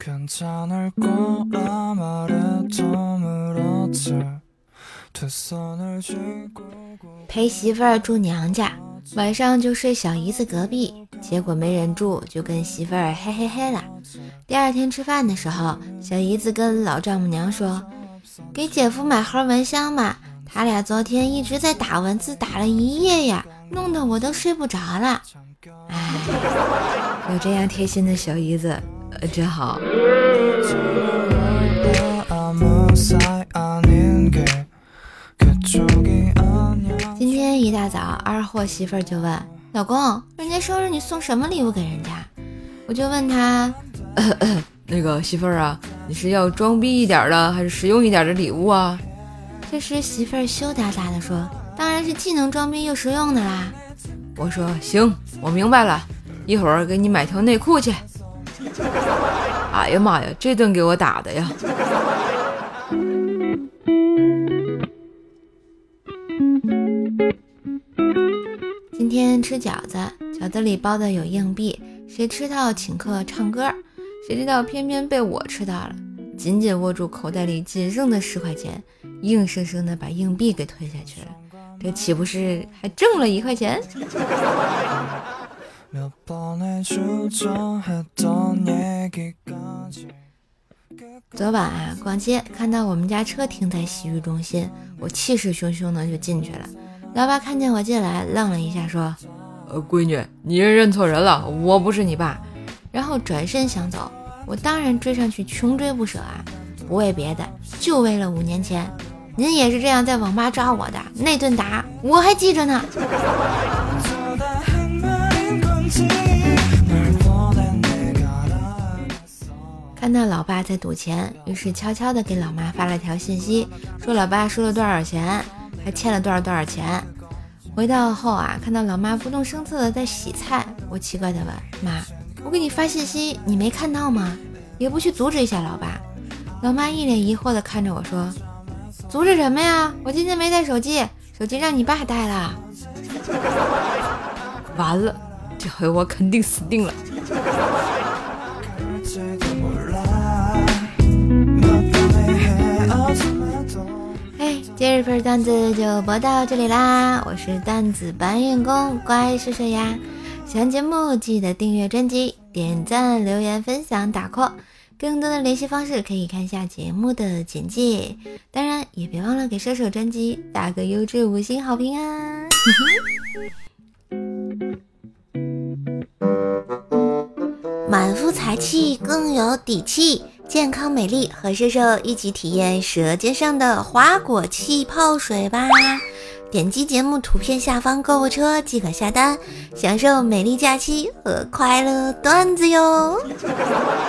陪媳妇儿住娘家，晚上就睡小姨子隔壁，结果没忍住就跟媳妇儿嘿嘿嘿了。第二天吃饭的时候，小姨子跟老丈母娘说，给姐夫买盒蚊香嘛，他俩昨天一直在打蚊子，打了一夜呀，弄得我都睡不着了。哎，有这样贴心的小姨子真好。今天一大早，二货媳妇儿就问老公，人家生日你送什么礼物给人家？我就问他那个媳妇儿啊，你是要装逼一点的还是实用一点的礼物啊？ 这时媳妇儿羞答答的说，当然是既能装逼又实用的啦。 我说行，我明白了，一会儿给你买条内裤去。哎呀妈呀，这顿给我打的呀。 今天吃饺子，饺子里包的有硬币，谁吃到请客唱歌，谁知道偏偏被我吃到了，紧紧握住口袋里仅剩的10块钱，硬生生的把硬币给吞下去了，这岂不是还挣了1块钱？昨晚啊逛街，看到我们家车停在洗浴中心，我气势汹汹的就进去了。老爸看见我进来，愣了一下说， 闺女，你认错人了，我不是你爸。 然后转身想走，我当然追上去，穷追不舍啊，不为别的，就为了5年前您也是这样在网吧抓我的，那顿打我还记着呢。看到老爸在赌钱，于是悄悄地给老妈发了条信息，说老爸输了多少钱，还欠了多少钱。回到后啊，看到老妈不动声色的在洗菜，我奇怪的问妈，我给你发信息你没看到吗？也不去阻止一下老爸。老妈一脸疑惑的看着我说，阻止什么呀，我今天没带手机，手机让你爸带了。 完了，这回我肯定死定了。 今日份段子就播到这里啦，我是段子搬运工乖是谁呀？喜欢节目记得订阅专辑，点赞留言分享打 call，更多的联系方式可以看下节目的简介，当然也别忘了给射手专辑打个优质5星好评啊。满腹才气更有底气，健康美丽和射手一起体验舌尖上的花果气泡水吧。点击节目图片下方购物车即可下单，享受美丽假期和快乐段子哟。